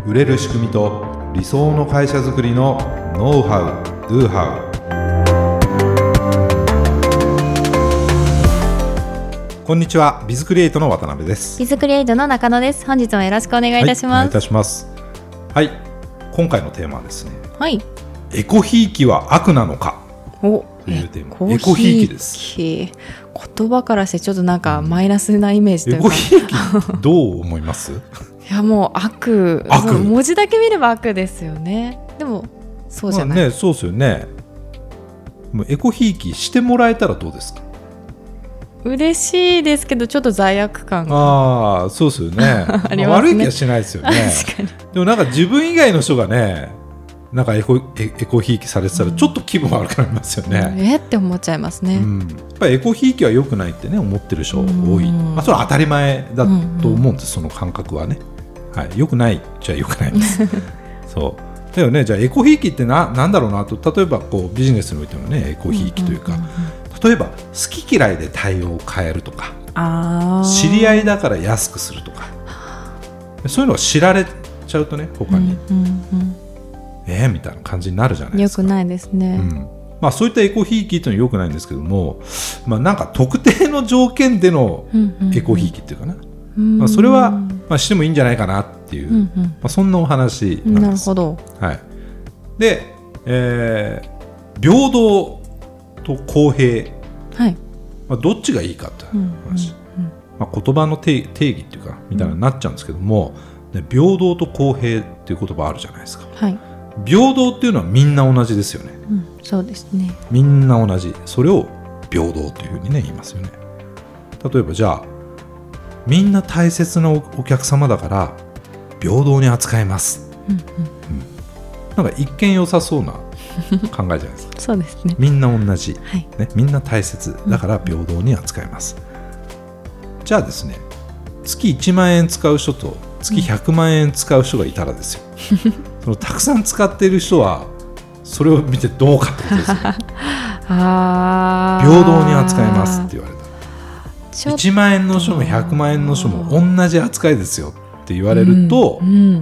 売れる仕組みと理想の会社づくりのノウハウ・ドゥハウ。こんにちは、ビズクリエイトの渡辺です。 ビズクリエイトの中野です。本日もよろしくお願いいたします。 はい、お願いいたします。はい、今回のテーマはですね、 はい、 エコひいきは悪なのかというテーマ。エコひいきです。 言葉からしてちょっとなんかマイナスなイメージというか、 エコひいきどう思いますいやもう悪、文字だけ見れば悪ですよね。でもそうじゃない、 ね、そうですよね。もうエコひいきしてもらえたらどうですか？ 嬉しいですけどちょっと罪悪感がそうですよねありますね。 悪い気はしないですよね確かに。 でもなんか自分以外の人がね、なんかエコひいきされてたらちょっと気分悪くなりますよね、 って思っちゃいますね、 やっぱりエコひいきは良くないってね思ってる人多い、それは当たり前だと思うんです、その感覚はね、はい、良くないじゃ良くないですそうだよね。じゃあエコひいきってなんだろうなと、例えばこうビジネスにおいてのねエコひいきというか、例えば好き嫌いで対応を変えるとか、知り合いだから安くするとか、そういうのを知られちゃうとね、他に、みたいな感じになるじゃないですか。 良くないですね、 そういったエコひいきというのは良くないんですけども、なんか特定の条件でのエコひいきっていうかな、それは、してもいいんじゃないかなっていう、そんなお話なんです。 なるほど、 はい、で、平等と公平、どっちがいいかって話、言葉の定義っていうかみたいになっちゃうんですけども、平等と公平っていう言葉あるじゃないですか、平等っていうのはみんな同じですよね、 そうですね。 みんな同じ、それを平等というふうにね言いますよね。例えばじゃあみんな大切な お客様だから平等に扱います、なんか一見良さそうな考えじゃないですかそうですね。 みんな同じ、みんな大切だから平等に扱います、じゃあですね、月1万円使う人と月100万円使う人がいたらですよ、そのたくさん使っている人はそれを見てどうかってことですよ平等に扱いますって言われたら、1万円の人も100万円の人も同じ扱いですよって言われると、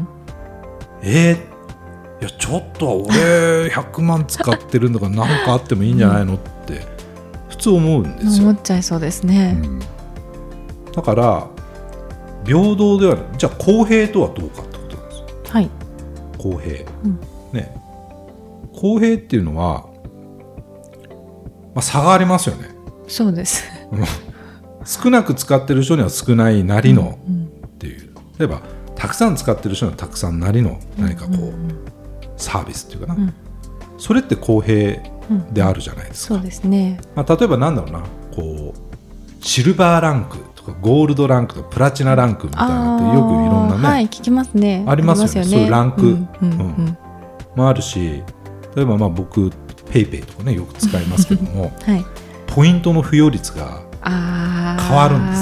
いやちょっと俺100万使ってるんだから何かあってもいいんじゃないのって普通思うんですよ。 思っちゃいそうですね、 だから平等ではない、じゃあ公平とはどうかってことなんですよ。公平、公平っていうのは、差がありますよね。 そうです少なく使ってる人には少ないなりのっていう、例えばたくさん使ってる人にはたくさんなりの何かこう、サービスっていうかな、それって公平であるじゃないですか、 そうですね。 例えばなんだろうな、こうシルバーランクとかゴールドランクとかプラチナランクみたいなのってよくいろんなね、 聞きますね。 ありますよね。そういうランクもあるし、例えば僕ペイペイとかねよく使いますけども、ポイントの付与率が変わるん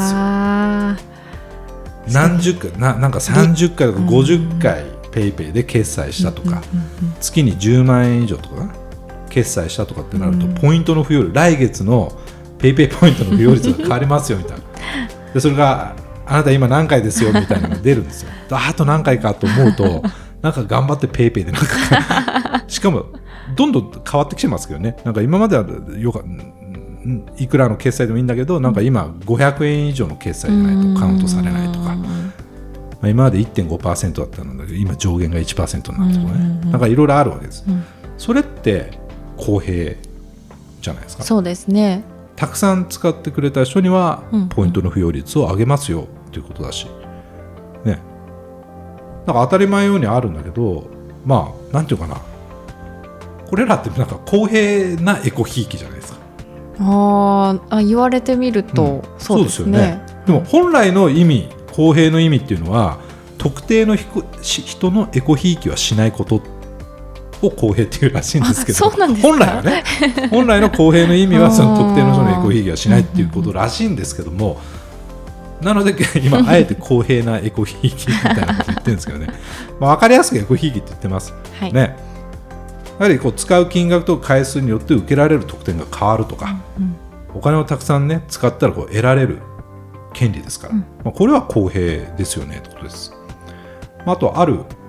ですよ。何十回なんか30回とか50回ペイペイで決済したとか、月に10万円以上とか決済したとかってなると、ポイントの付与率、来月のペイペイポイントの付与率が変わりますよみたいなで、それがあなた今何回ですよみたいなのが出るんですよ。あと何回かと思うとなんか頑張ってペイペイでなんかしかもどんどん変わってきてますけどね。なんか今まではいくらの決済でもいいんだけど、なんか今500円以上の決済じゃないとカウントされないとか、今まで 1.5% だったのだけど今上限が 1% になるとかね、なんかいろいろあるわけです、それって公平じゃないですか。 そうですね。 たくさん使ってくれた人にはポイントの付与率を上げますよっていうことだし、ね、なんか当たり前ようにあるんだけど、なんていうかな、これらってなんか公平なエコひいきじゃないですか。 言われてみると、そうですね。 でも本来の意味、公平の意味っていうのは特定の人のエコひいきはしないことを公平っていうらしいんですけど、本来はね本来の公平の意味はその特定の人のエコひいきはしないっていうことらしいんですけども、なので今あえて公平なエコひいきみたいなこと言ってるんですけどね分かりやすくエコひいきって言ってます、ね。やはりこう使う金額と回数によって受けられる特典が変わるとか、お金をたくさんね使ったらこう得られる権利ですから、これは公平ですよねということです。あとある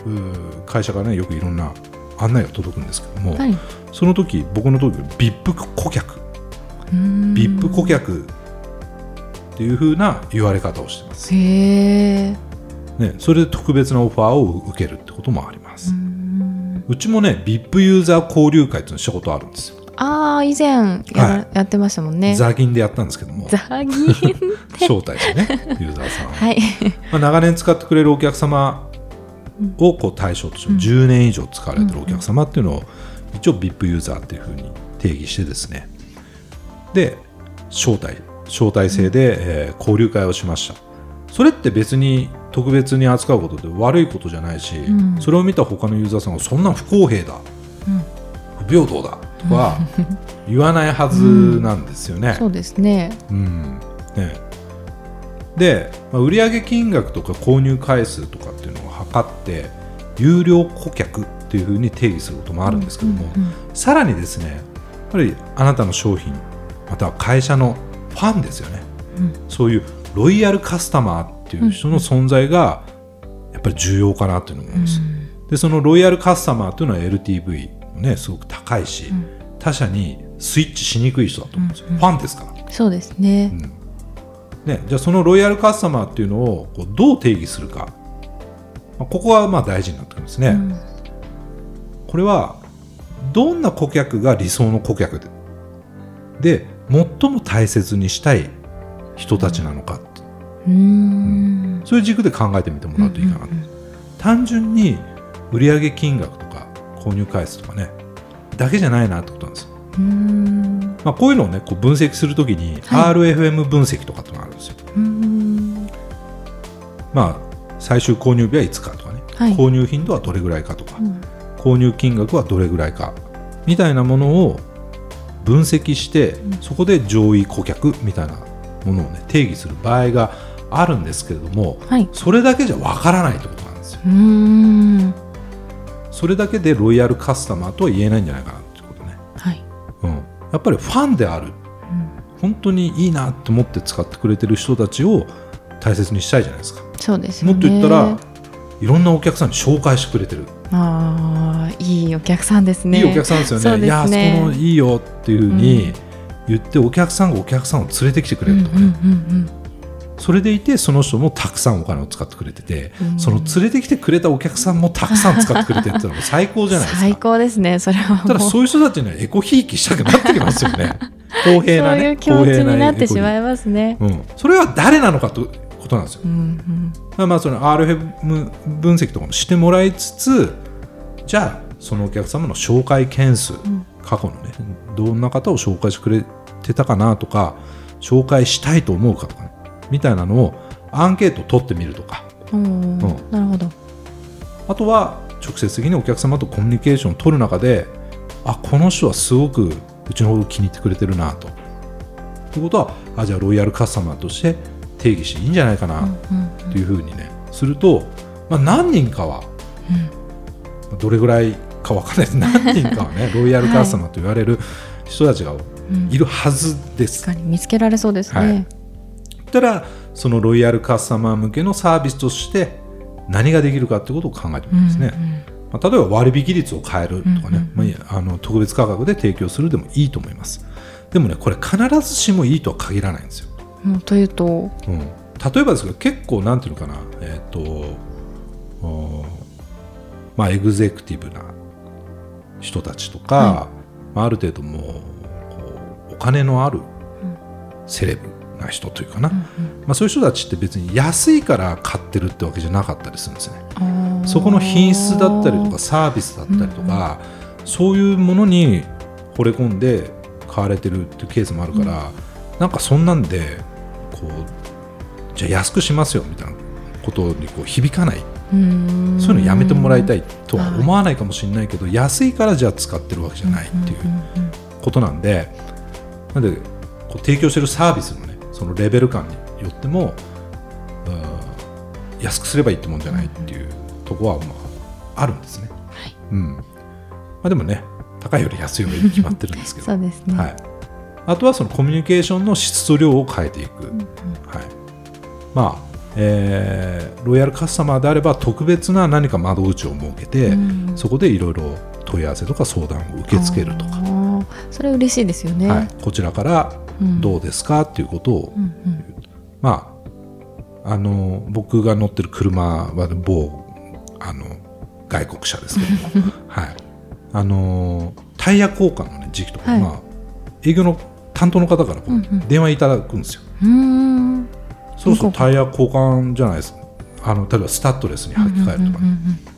会社からねよくいろんな案内が届くんですけども、 はい、 その時僕の時 VIP 顧客、VIP 顧客っていう風な言われ方をしてます。 へー、 ね、それで特別なオファーを受けるってこともあります。うちもね VIP ユーザー交流会っていうのしたことあるんですよ。 以前やってましたもんね。 ザギンでやったんですけども、 ザギン招待してねユーザーさんを、 はい、 長年使ってくれるお客様をこう対象として10年以上使われてるお客様っていうのを一応 VIP ユーザーっていうふうに定義してですね、で招待制で、交流会をしました。それって別に特別に扱うことで悪いことじゃないし、それを見た他のユーザーさんがそんな不公平だ、不平等だとか言わないはずなんですよね。 そうですね。 ねで、売上金額とか購入回数とかっていうのを測って有料顧客っていうふうに定義することもあるんですけども、さらにですねやっぱりあなたの商品または会社のファンですよね、そういうロイヤルカスタマーっていう人の存在がやっぱり重要かなというのを思うんです。でそのロイヤルカスタマーというのは LTV もねすごく高いし、他社にスイッチしにくい人だと思うんですよ、ファンですから。 そうですね。 ね、じゃあそのロイヤルカスタマーっていうのをこうどう定義するか、ここはまあ大事になってくるんですね、これはどんな顧客が理想の顧客で最も大切にしたい人たちなのか、そういう軸で考えてみてもらうといいかなと、単純に売上金額とか購入回数とかねだけじゃないなってことなんですよ。こういうのをねこう分析するときに RFM 分析とかってのがあるんですよ。最終購入日はいつかとかね、購入頻度はどれぐらいかとか、購入金額はどれぐらいかみたいなものを分析して、そこで上位顧客みたいなものをね定義する場合があるんですけれども、それだけじゃわからないってことなんですよ。それだけでロイヤルカスタマーとは言えないんじゃないかなってことね。やっぱりファンである、本当にいいなと思って使ってくれてる人たちを大切にしたいじゃないですか。 そうですよね。 もっと言ったらいろんなお客さんに紹介してくれてる。 いいお客さんですね。 いいお客さんですよね。 そうですね。 いや、そこのいいよっていうふうに言ってお客さんがお客さんを連れてきてくれるとかね、それでいてその人もたくさんお金を使ってくれてて、その連れてきてくれたお客さんもたくさん使ってくれてってのも最高じゃないですか。 最高ですね。それはもうただそういう人たちにはエコひいきしたくなってきますよね。公平なね、 そういう気持ちになってしまいますね。 それは誰なのかということなんですよ。その RFM 分析とかもしてもらいつつ、じゃあそのお客様の紹介件数、過去のねどんな方を紹介してくれてたかなとか、紹介したいと思うかとかねみたいなのをアンケートを取ってみるとか、 なるほど。 あとは直接的にお客様とコミュニケーションを取る中で、この人はすごくうちのこと気に入ってくれてるなということは、じゃあロイヤルカスタマーとして定義していいんじゃないかなというふうにねすると、何人かは、どれぐらいか分からないです。何人かはねロイヤルカスタマーと言われる人たちがいるはずです。 確かに見つけられそうですね。 ただそのロイヤルカスタマー向けのサービスとして何ができるかということを考えてみるんですね。例えば割引率を変えるとかね、特別価格で提供するでもいいと思います。でもねこれ必ずしもいいとは限らないんですよ。 というと、 例えばですけど結構なんていうのかな、エグゼクティブな人たちとか、ある程度もうお金のあるセレブな人というかな、そういう人たちって別に安いから買ってるってわけじゃなかったりするんですね。そこの品質だったりとかサービスだったりとか、そういうものに惚れ込んで買われてるっていうケースもあるから、なんかそんなんでこうじゃあ安くしますよみたいなことにこう響かない、そういうのやめてもらいたいとは思わないかもしれないけど、安いからじゃあ使ってるわけじゃないっていうことなんで、こう提供してるサービスのねそのレベル感によっても安くすればいいってもんじゃないっていうところはあるんですね。でもね高いより安いより決まってるんですけどそうですね。 あとはそのコミュニケーションの質と量を変えていく、 ロイヤルカスタマーであれば特別な何か窓口を設けて、そこでいろいろ問い合わせとか相談を受け付けるとか、 それ嬉しいですよね、 はい、こちらからどうですかっていうことを、まあ、僕が乗ってる車は某外国車ですけども、はい、タイヤ交換の、ね、時期とか、まあ、営業の担当の方からこう電話いただくんですよ。そろそろタイヤ交換じゃないですか。例えばスタッドレスに履き替えるとか、ね、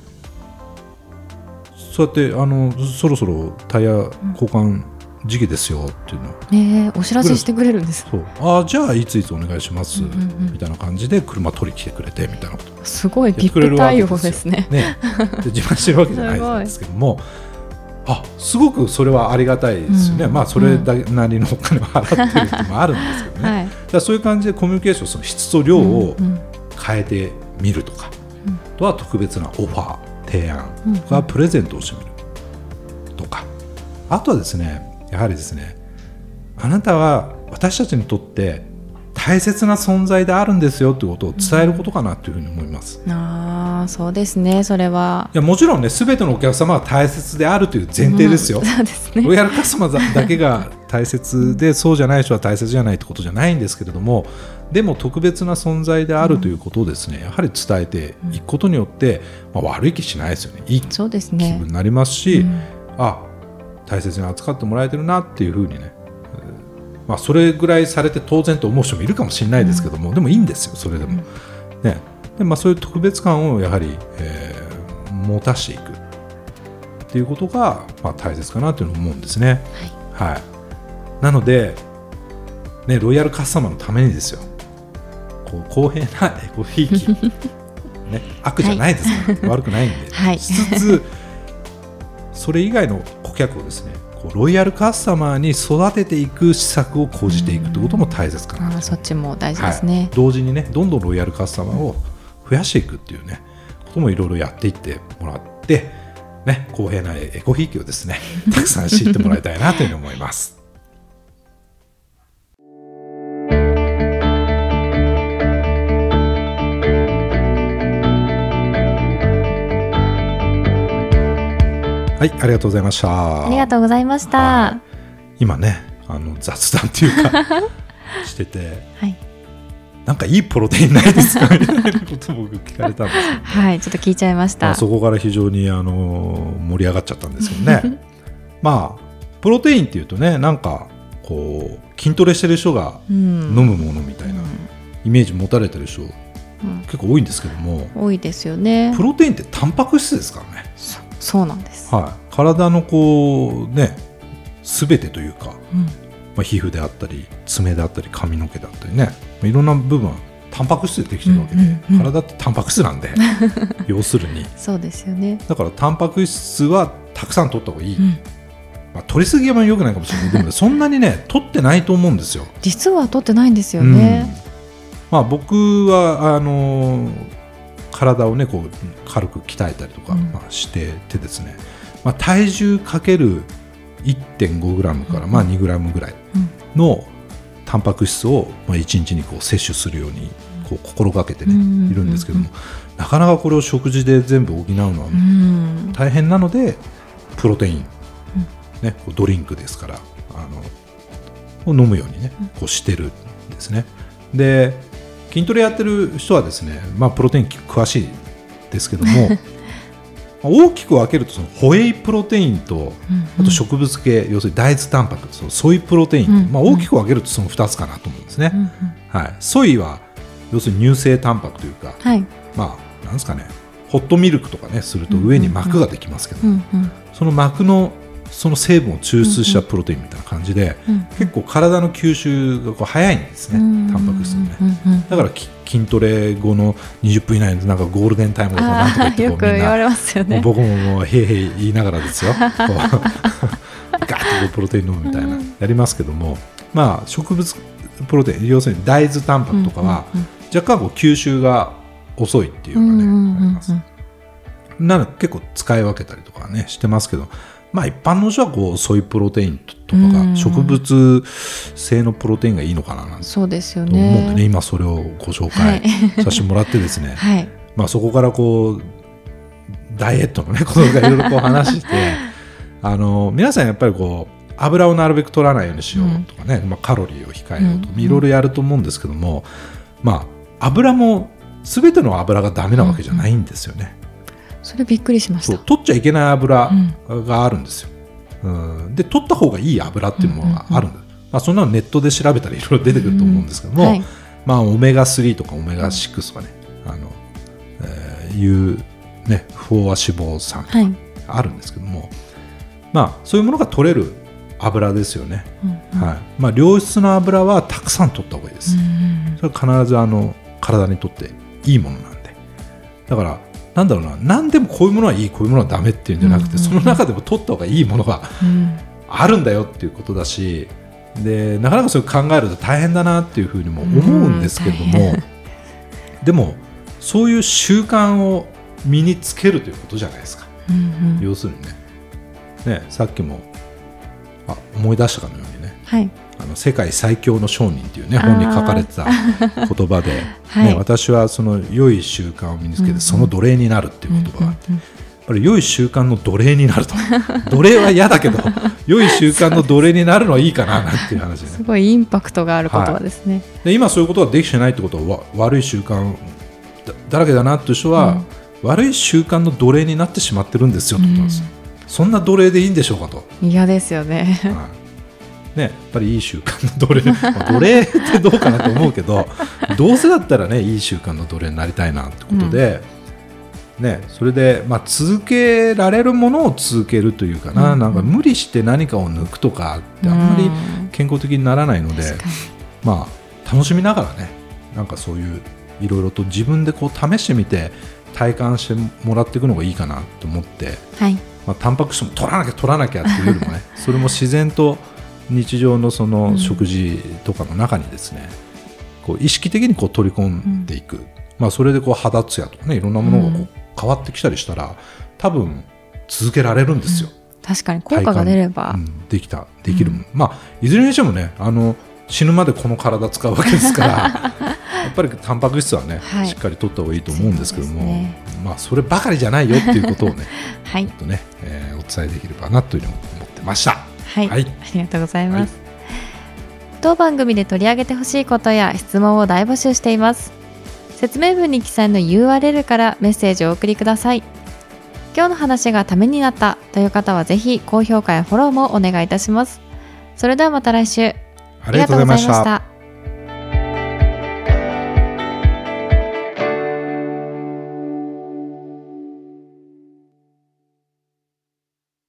そうやってそろそろタイヤ交換時期ですよっていうのを、お知らせしてくれるんです。 そうじゃあいついつお願いします、みたいな感じで車取り来てくれてみたいなこと、 すごいビップ対応ですね。 で自慢してるわけじゃないんですけども、すごくそれはありがたいですよね。まあそれなりのお金を払ってる人もあるんですけどね、はい、だからそういう感じでコミュニケーション、その質と量を変えてみるとか、あとは特別なオファー、提案とかプレゼントをしてみるとか、あとはですね、やはりですね、あなたは私たちにとって大切な存在であるんですよということを伝えることかなというふうに思います。 そうですね。それはいや、もちろんね、全てのお客様は大切であるという前提ですよ、 そうですね。 ロイヤルカスタマーだけが大切でそうじゃない人は大切じゃないということじゃないんですけれども、でも特別な存在であるということをですね、やはり伝えていくことによって、悪い気しないですよね。いい気分になりますし、大切に扱ってもらえてるなっていうふうにね、それぐらいされて当然と思う人もいるかもしれないですけども、でもいいんですよ、それでも、ね。で、そういう特別感をやはり、持たしていくっていうことが、大切かなというのを思うんですね。はいはい、なので、ね、ロイヤルカスタマーのためにですよ、公平なエコひいき、ね、悪じゃないですから、悪くないんで、しつつそれ以外の顧客をですね、ロイヤルカスタマーに育てていく施策を講じていくということも大切かなと。 そっちも大事ですね。 同時にね、どんどんロイヤルカスタマーを増やしていくっていうね、こともいろいろやっていってもらって、ね、公平なエコひいきをですね、たくさん知ってもらいたいなというふうに思います。はい、ありがとうございました。 ありがとうございました。 今ね、雑談っていうかしてて、なんかいいプロテインないですかみたいなことを僕聞かれたんですけど、 はい、ちょっと聞いちゃいました。 そこから非常に盛り上がっちゃったんですけどねプロテインっていうとね、なんか筋トレしてる人が飲むものみたいなイメージ持たれてる人、結構多いんですけども、 多いですよね。 プロテインってタンパク質ですからね。 そうなんです、 体の全てというか、皮膚であったり爪であったり髪の毛であったりね、いろんな部分はタンパク質でできてるわけで、体ってタンパク質なんで要するにそうですよね。 だからタンパク質はたくさん取った方がいい、取りすぎは良くないかもしれないでもそんなにね取ってないと思うんですよ。 実は取ってないんですよね。 僕は体をね軽く鍛えたりとか、しててですね、体重かける 1.5 グラムから、2グラムぐらいのタンパク質を、1日に摂取するように心がけて、いるんですけども、なかなかこれを食事で全部補うのは大変なので、プロテイン、ドリンクですからを飲むようにねしてるんですね。で、筋トレやってる人はですね、プロテイン詳しいですけども大きく分けるとホエイプロテインと、あと植物系、要するに大豆タンパク、ソイプロテイン、大きく分けるとその2つかなと思うんですね。ソイは要するに乳製タンパクというか、なんですかね、ホットミルクとかねすると上に膜ができますけど、その膜のその成分を抽出したプロテインみたいな感じで、結構体の吸収が早いんですね、タンパク質のね。だから筋トレ後の20分以内でなんかゴールデンタイムとかなんとか言ってよく言われますよね。 僕ももうへいへい言いながらですよガーッとプロテイン飲むみたいなやりますけども、植物プロテイン、要するに大豆タンパクとかは若干吸収が遅いっていうのがねあります。なので結構使い分けたりとかねしてますけど、 まあ一般の人はこうソイプロテインとかが植物性のプロテインがいいのかななんてそうですよ思うんね。 でね、今それをご紹介させてもらってですね、 はい、 まあそこからこうダイエットのねことがいろいろこう話して皆さんやっぱりこう油をなるべく取らないようにしようとかね、まあ、カロリーを控えようとかいろいろやると思うんですけども、まあ油も全ての油がダメなわけじゃないんですよね。 それびっくりしました。 そう取っちゃいけない油があるんですよ。で取った方がいい油っていうのがあるんです。まあ、そんなのネットで調べたらいろいろ出てくると思うんですけども、はい、まあ、オメガ3とかオメガ6とかね、いうね不飽和脂肪酸とかあるんですけども、はい、まあ、そういうものが取れる油ですよね。はい、まあ、良質な油はたくさん取った方がいいです。それは必ず体にとっていいものなんで、だからなんだろうな、何でもこういうものはいいこういうものはダメっていうんじゃなくて、その中でも取った方がいいものがあるんだよっていうことだし、でなかなかそれ考えると大変だなっていうふうにも思うんですけれども、でもそういう習慣を身につけるということじゃないですか。要するにね、さっきも思い出したかのようにね、はい、世界最強の商人っていうね本に書かれてた言葉で、はい、私はその良い習慣を身につけてその奴隷になるっていう言葉が、やっぱり良い習慣の奴隷になると奴隷は嫌だけど良い習慣の奴隷になるのはいいかななんていう話で、ね、 すごいインパクトがある言葉ですね。はい、 で今そういうことができてないってことは悪い習慣 だらけだなっていう人は、悪い習慣の奴隷になってしまってるんですよってことなんです。そんな奴隷でいいんでしょうかと。 嫌ですよね。 ね、やっぱりいい習慣の奴隷奴隷ってどうかなと思うけどどうせだったらねいい習慣の奴隷になりたいなってことで、ね、それで、まあ、続けられるものを続けるというかな、なんか無理して何かを抜くとかってあんまり健康的にならないので、まあ、楽しみながらね、なんかそういういろいろと自分でこう試してみて体感してもらっていくのがいいかなと思って、はい、まあ、タンパク質も取らなきゃっていうよりもねそれも自然と日常のその食事とかの中にですね、こう意識的にこう取り込んでいく、まあ、それでこう肌ツヤとかねいろんなものがこう変わってきたりしたら多分続けられるんですよ。 確かに効果が出れば、 できるもの、まあ、いずれにしてもね死ぬまでこの体使うわけですからやっぱりタンパク質はね、はい、しっかり取った方がいいと思うんですけども、まあ、そればかりじゃないよっていうことをね、はい、お伝えできればなというふうに思ってました。 はい、はい、ありがとうございます。はい、当番組で取り上げてほしいことや質問を大募集しています。説明文に記載の URL からメッセージをお送りください。今日の話がためになったという方はぜひ高評価やフォローもお願いいたします。それではまた来週。 ありがとうございました。